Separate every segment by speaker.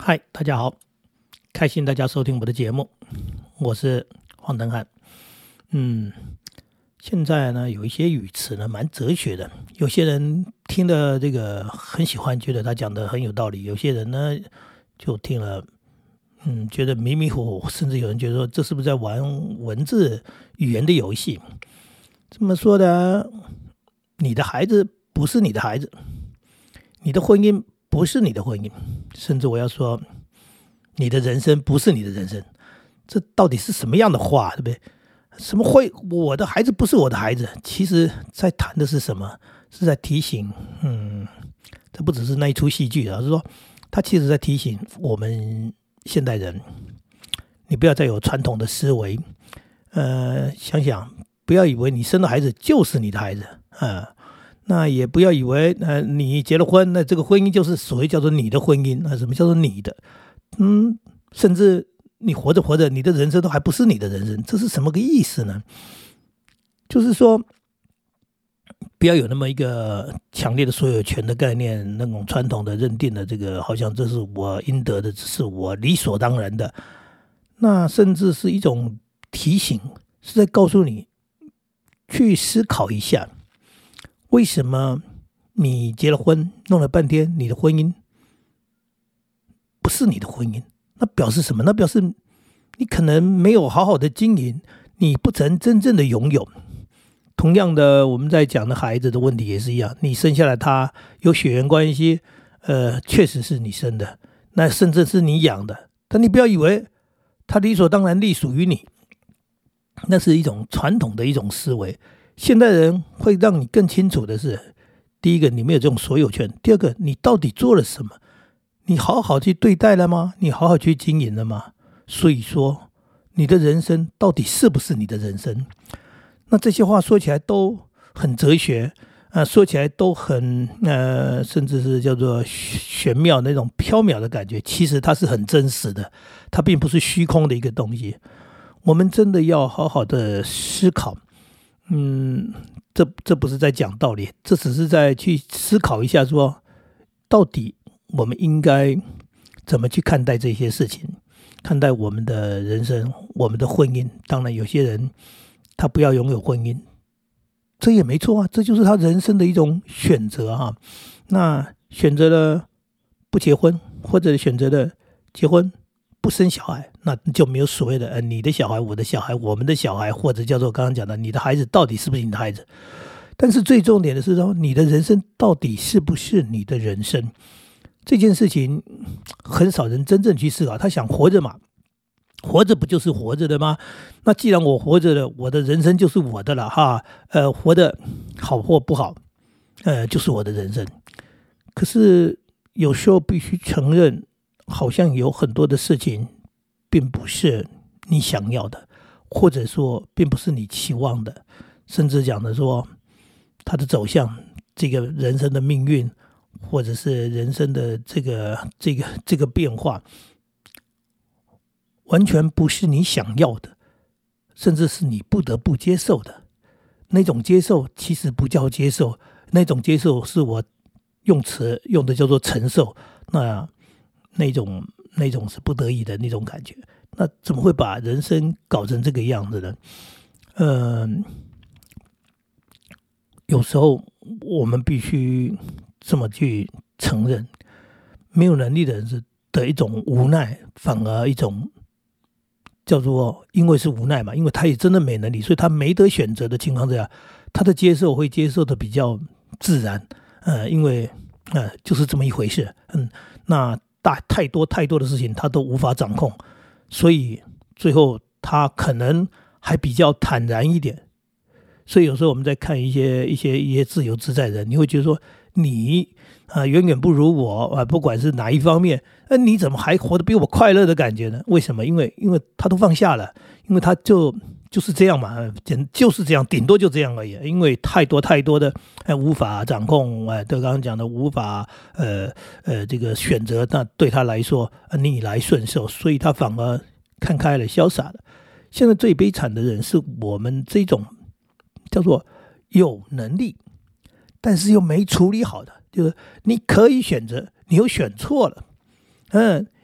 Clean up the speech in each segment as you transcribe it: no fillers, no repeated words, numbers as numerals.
Speaker 1: 嗨，大家好，开心大家收听我的节目，我是黄登汉。现在呢有一些语词呢蛮哲学的，有些人听了这个很喜欢，觉得他讲的很有道理；有些人呢就听了，觉得迷迷糊糊，甚至有人觉得说这是不是在玩文字语言的游戏？这么说的，你的孩子不是你的孩子，你的婚姻不是你的婚姻，甚至我要说，你的人生不是你的人生，这到底是什么样的话，对不对？什么会我的孩子不是我的孩子？其实在谈的是什么？是在提醒，这不只是那一出戏剧，而是说，他其实在提醒我们现代人，你不要再有传统的思维，想想，不要以为你生的孩子就是你的孩子啊。那也不要以为你结了婚，那这个婚姻就是所谓叫做你的婚姻啊。什么叫做你的？甚至你活着活着，你的人生都还不是你的人生，这是什么个意思呢？就是说，不要有那么一个强烈的所有权的概念，那种传统的认定的这个，好像这是我应得的，这是我理所当然的。那甚至是一种提醒，是在告诉你去思考一下。为什么你结了婚，弄了半天你的婚姻不是你的婚姻？那表示什么？那表示你可能没有好好的经营，你不曾真正的拥有。同样的，我们在讲的孩子的问题也是一样，你生下来他有血缘关系，确实是你生的，那甚至是你养的，但你不要以为他理所当然隶属于你，那是一种传统的一种思维。现代人会让你更清楚的是，第一个，你没有这种所有权；第二个，你到底做了什么？你好好去对待了吗？你好好去经营了吗？所以说，你的人生到底是不是你的人生？那这些话说起来都很哲学说起来都很甚至是叫做玄妙那种缥缈的感觉。其实它是很真实的，它并不是虚空的一个东西。我们真的要好好的思考。这不是在讲道理，这只是在去思考一下说，到底我们应该怎么去看待这些事情，看待我们的人生，我们的婚姻。当然有些人他不要拥有婚姻，这也没错啊，这就是他人生的一种选择啊。那选择了不结婚，或者选择了结婚不生小孩，那就没有所谓的你的小孩，我的小孩，我们的小孩，或者叫做刚刚讲的你的孩子到底是不是你的孩子。但是最重点的是说，你的人生到底是不是你的人生，这件事情很少人真正去思考。他想活着嘛，活着不就是活着的吗？那既然我活着了，我的人生就是我的了哈。活得好或不好，就是我的人生。可是有时候必须承认，好像有很多的事情并不是你想要的，或者说并不是你期望的，甚至讲的说它的走向，这个人生的命运，或者是人生的这个变化，完全不是你想要的，甚至是你不得不接受的。那种接受其实不叫接受，那种接受是我用词用的叫做承受，那种是不得已的那种感觉。那怎么会把人生搞成这个样子呢？有时候我们必须这么去承认，没有能力的人的一种无奈，反而一种叫做因为是无奈嘛，因为他也真的没能力，所以他没得选择的情况之下，他的接受会接受的比较自然，因为就是这么一回事，那太多的事情他都无法掌控，所以最后他可能还比较坦然一点。所以有时候我们在看一些自由自在的人，你会觉得说你远远不如我不管是哪一方面，你怎么还活得比我快乐的感觉呢？为什么？因为他都放下了，因为他就是这样嘛，就是这样，顶多就这样而已。因为太多的无法掌控，对刚刚讲的无法这个选择，那对他来说逆来顺受，所以他反而看开了，潇洒了。现在最悲惨的人是我们这种叫做有能力，但是又没处理好的，就是你可以选择，你又选错了，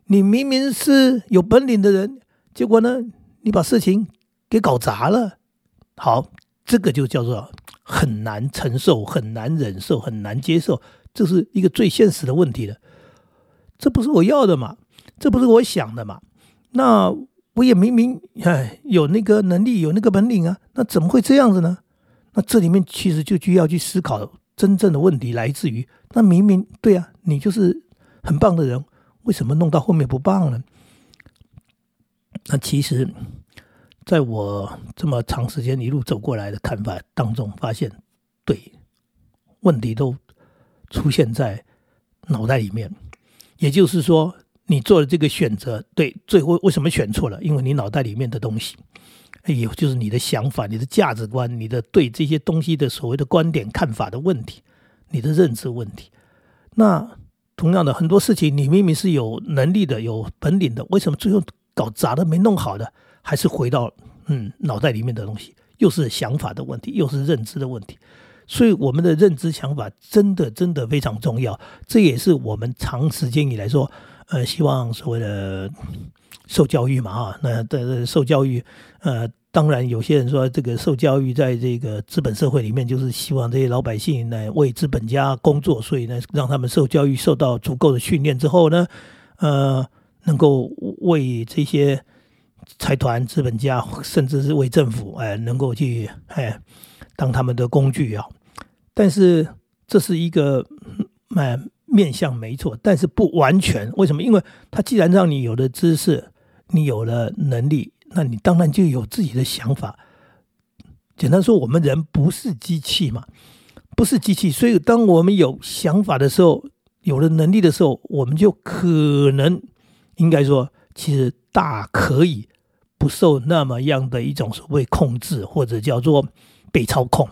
Speaker 1: 你明明是有本领的人，结果呢，你把事情给搞砸了。好，这个就叫做很难承受、很难忍受、很难接受，这是一个最现实的问题了。这不是我要的嘛，这不是我想的嘛。那我也明明有那个能力，有那个本领啊，那怎么会这样子呢？那这里面其实就需要去思考真正的问题来自于，那明明对啊，你就是很棒的人，为什么弄到后面不棒呢？那其实在我这么长时间一路走过来的看法当中，发现对，问题都出现在脑袋里面。也就是说，你做的这个选择，对，最后为什么选错了？因为你脑袋里面的东西，也就是你的想法、你的价值观、你的对这些东西的所谓的观点、看法的问题，你的认知问题。那同样的，很多事情你明明是有能力的、有本领的，为什么最后搞砸的、没弄好的，还是回到脑袋里面的东西，又是想法的问题，又是认知的问题。所以我们的认知想法真的非常重要，这也是我们长时间以来说，希望所谓的受教育嘛，那受教育，当然有些人说这个受教育在这个资本社会里面，就是希望这些老百姓呢为资本家工作，所以呢让他们受教育，受到足够的训练之后呢，能够为这些财团、资本家，甚至是为政府，能够去当他们的工具啊。但是这是一个面向没错，但是不完全。为什么？因为他既然让你有了知识，你有了能力，那你当然就有自己的想法。简单说，我们人不是机器嘛，不是机器，所以当我们有想法的时候，有了能力的时候，我们就可能应该说，其实大可以不受那么样的一种所谓控制，或者叫做被操控。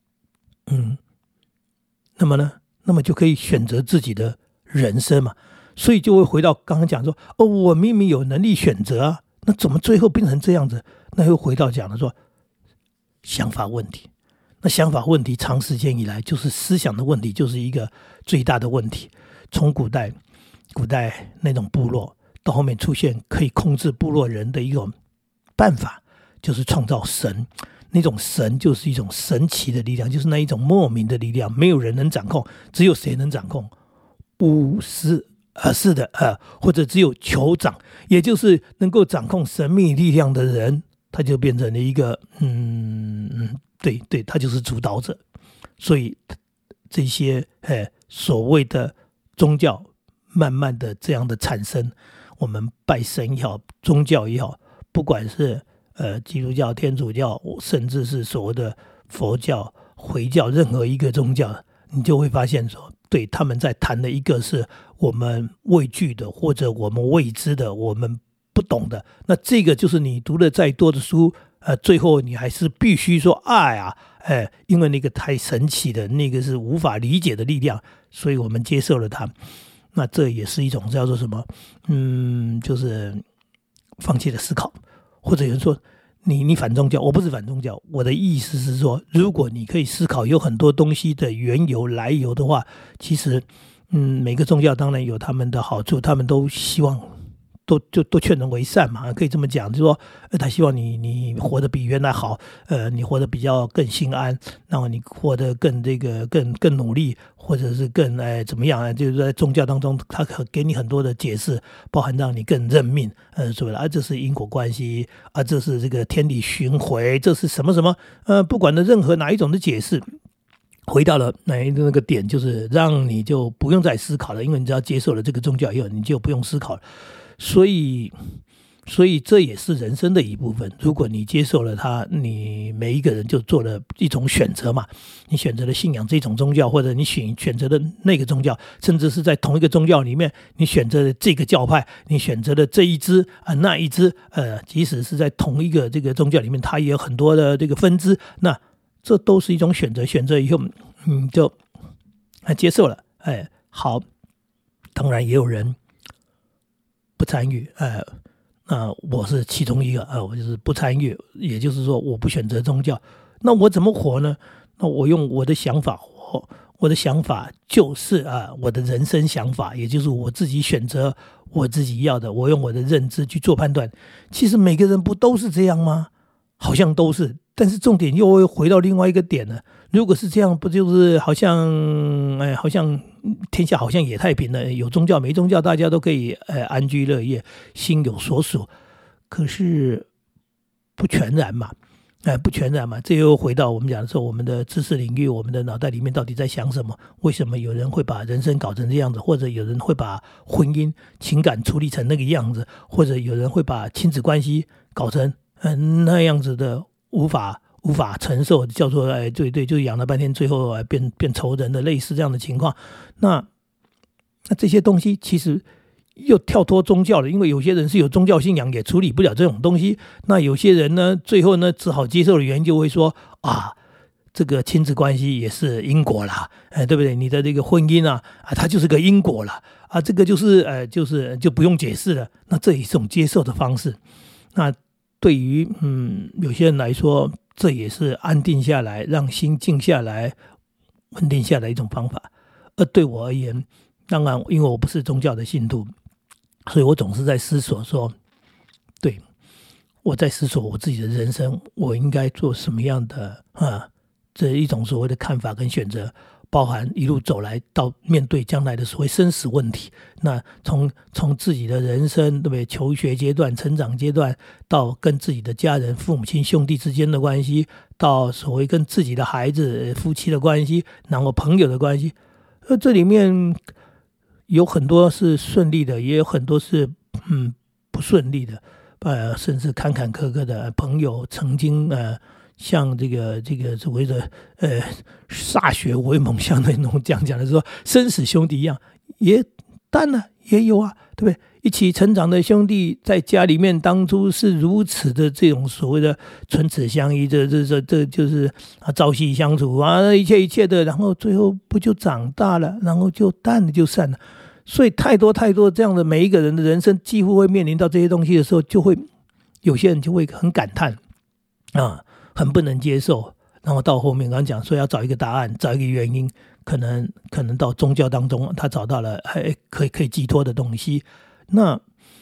Speaker 1: 那么呢？那么就可以选择自己的人生嘛。所以就会回到刚刚讲说，我明明有能力选择啊，那怎么最后变成这样子？那又回到讲了说想法问题。那想法问题长时间以来就是思想的问题，就是一个最大的问题。从古代那种部落到后面出现可以控制部落人的一种办法，就是创造神。那种神就是一种神奇的力量，就是那一种莫名的力量，没有人能掌控，只有谁能掌控？巫师是的，或者只有酋长，也就是能够掌控神秘力量的人，他就变成了一个对，他就是主导者。所以这些所谓的宗教慢慢的这样的产生，我们拜神也好，宗教也好，不管是基督教、天主教，甚至是所谓的佛教、回教，任何一个宗教，你就会发现说，对，他们在谈的一个是我们畏惧的，或者我们未知的，我们不懂的。那这个就是你读了再多的书，最后你还是必须说爱啊，因为那个太神奇的，那个是无法理解的力量，所以我们接受了它。那这也是一种叫做什么？就是放弃了思考。或者有人说你反宗教，我不是反宗教，我的意思是说，如果你可以思考有很多东西的缘由来由的话，其实每个宗教当然有他们的好处，他们都希望都劝人为善嘛，可以这么讲，就是说他希望你活得比原来好，你活得比较更心安，然后你活得更更努力，或者是更怎么样，就是在宗教当中他给你很多的解释，包含让你更认命，所谓的这是因果关系啊，这是这个天理循环，这是什么什么不管的任何哪一种的解释，回到了那个点，就是让你就不用再思考了，因为你只要接受了这个宗教以后，你就不用思考了。所以这也是人生的一部分。如果你接受了它，你每一个人就做了一种选择嘛。你选择了信仰这种宗教，或者你选择了那个宗教，甚至是在同一个宗教里面，你选择了这个教派，你选择了这一支那一支，即使是在同一个这个宗教里面，它也有很多的这个分支。那这都是一种选择，选择以后就接受了。好，当然也有人不参与，那我是其中一个，我就是不参与，也就是说我不选择宗教。那我怎么活呢？那我用我的想法活， 我的想法就是我的人生想法，也就是我自己选择我自己要的，我用我的认知去做判断。其实每个人不都是这样吗？好像都是，但是重点又会回到另外一个点了。如果是这样，不就是好像天下好像也太平了，有宗教没宗教，大家都可以安居乐业，心有所属。可是不全然嘛。不全然嘛，这又回到我们讲的说，我们的知识领域，我们的脑袋里面到底在想什么？为什么有人会把人生搞成这样子，或者有人会把婚姻情感处理成那个样子，或者有人会把亲子关系搞成那样子的无法承受，叫做对，就是养了半天，最后变仇人的类似这样的情况。那这些东西其实又跳脱宗教了，因为有些人是有宗教信仰也处理不了这种东西，那有些人呢最后呢只好接受的原因就会说这个亲子关系也是因果啦，对不对？你的这个婚姻它就是个因果啦，这个就是就不用解释了。那这也是一种接受的方式。那对于有些人来说，这也是安定下来，让心静下来，稳定下来一种方法。而对我而言，当然因为我不是宗教的信徒，所以我总是在思索说，对，我在思索我自己的人生，我应该做什么样的这一种所谓的看法跟选择，包含一路走来到面对将来的所谓生死问题。那从自己的人生，对不对？求学阶段、成长阶段，到跟自己的家人、父母亲、兄弟之间的关系，到所谓跟自己的孩子、夫妻的关系，然后朋友的关系，这里面有很多是顺利的，也有很多是不顺利的，甚至坎坎坷坷的。朋友曾经像这个所谓的歃血为盟，像那种讲的说生死兄弟一样，也淡了，也有对不对？一起成长的兄弟，在家里面当初是如此的这种所谓的唇齿相依，这就是朝夕相处一切的，然后最后不就长大了，然后就淡了，就散了。所以太多这样的，每一个人的人生几乎会面临到这些东西的时候，就会有些人就会很感叹很不能接受。然后到后面刚刚讲说要找一个答案，找一个原因，可能到宗教当中他找到了可以寄托的东西。那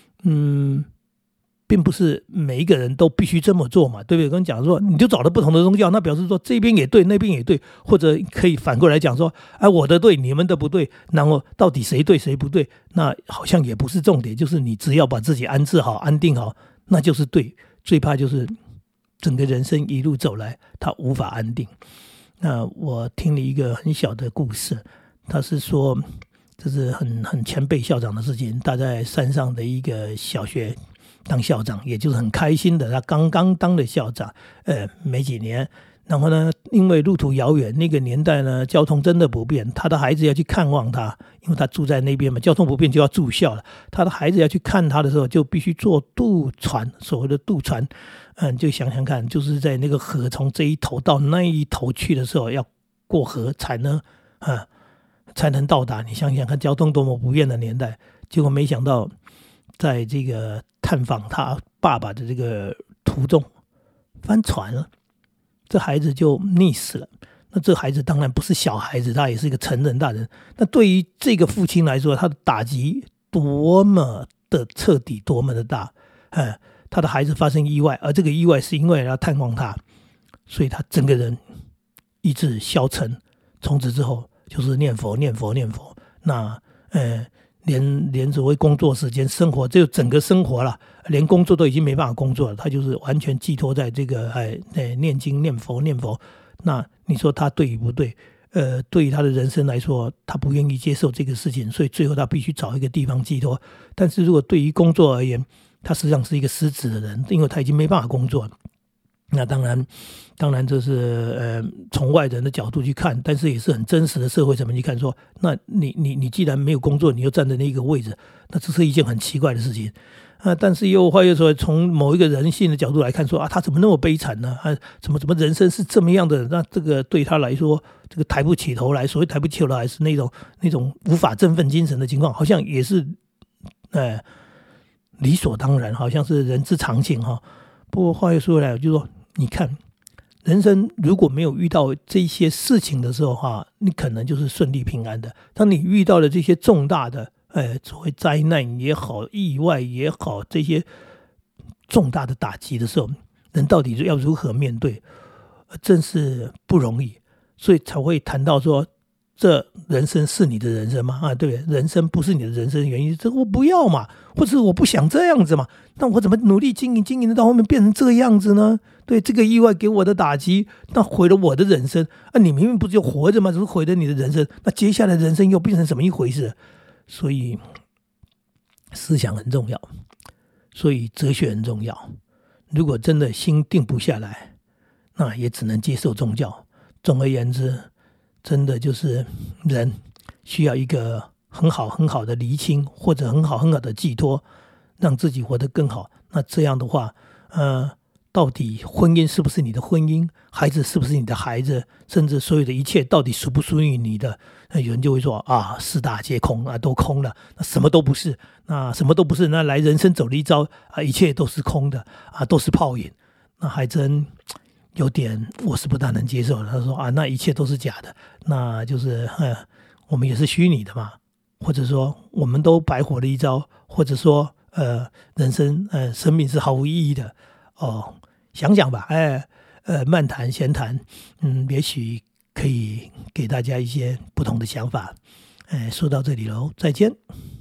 Speaker 1: 并不是每一个人都必须这么做嘛，对不对？跟讲说你就找了不同的宗教，那表示说这边也对，那边也对，或者可以反过来讲说我的对，你们的不对，然后到底谁对谁不对，那好像也不是重点，就是你只要把自己安置好、安定好，那就是对。最怕就是整个人生一路走来他无法安定。那我听了一个很小的故事，他是说这是很前辈校长的事情，他在山上的一个小学当校长，也就是很开心的，他刚刚当了校长没几年。然后呢，因为路途遥远，那个年代呢交通真的不便，他的孩子要去看望他，因为他住在那边嘛，交通不便就要住校了。他的孩子要去看他的时候，就必须坐渡船，所谓的渡船就想想看，就是在那个河从这一头到那一头去的时候，要过河才能到达。你想想看，交通多么不便的年代。结果没想到在这个探访他爸爸的这个途中翻船了，这孩子就溺死了。那这孩子当然不是小孩子，他也是一个成人大人。那对于这个父亲来说，他的打击多么的彻底，多么的大。他的孩子发生意外，而这个意外是因为要探望他，所以他整个人意志消沉，从此之后就是念佛。那连所谓工作时间、生活，就整个生活了，连工作都已经没办法工作了，他就是完全寄托在这个念经、念佛。那你说他对与不对？对于他的人生来说，他不愿意接受这个事情，所以最后他必须找一个地方寄托。但是如果对于工作而言，他实际上是一个失职的人，因为他已经没办法工作了。那当然这是从外人的角度去看，但是也是很真实的社会层面去看说，那你既然没有工作，你又站在那个位置，那这是一件很奇怪的事情但是又说从某一个人性的角度来看说他怎么那么悲惨呢？怎么人生是这么样的？那这个对他来说，这个抬不起头来，所谓抬不起头来是那种无法振奋精神的情况，好像也是理所当然，好像是人之常情不过话又说回来，就说你看人生如果没有遇到这些事情的时候你可能就是顺利平安的。当你遇到了这些重大的所谓灾难也好，意外也好，这些重大的打击的时候，人到底要如何面对，真是不容易。所以才会谈到说，这人生是你的人生吗？对不对？人生不是你的人生的原因，这我不要嘛，或者我不想这样子嘛，那我怎么努力经营的到后面变成这个样子呢？对，这个意外给我的打击，那毁了我的人生你明明不就活着吗？怎么毁了你的人生？那接下来的人生又变成什么一回事？所以思想很重要，所以哲学很重要。如果真的心定不下来，那也只能接受宗教。总而言之，真的就是人需要一个很好的厘清，或者很好的寄托，让自己活得更好。那这样的话到底婚姻是不是你的婚姻，孩子是不是你的孩子，甚至所有的一切到底属不属于你的，有人就会说四大皆空都空了，那什么都不是，那来人生走了一遭一切都是空的都是泡影，那还真有点我是不大能接受的。他说那一切都是假的，那就是我们也是虚拟的嘛，或者说我们都白活了一遭，或者说人生生命是毫无意义的想想吧，漫谈闲谈，也许可以给大家一些不同的想法。说到这里喽，再见。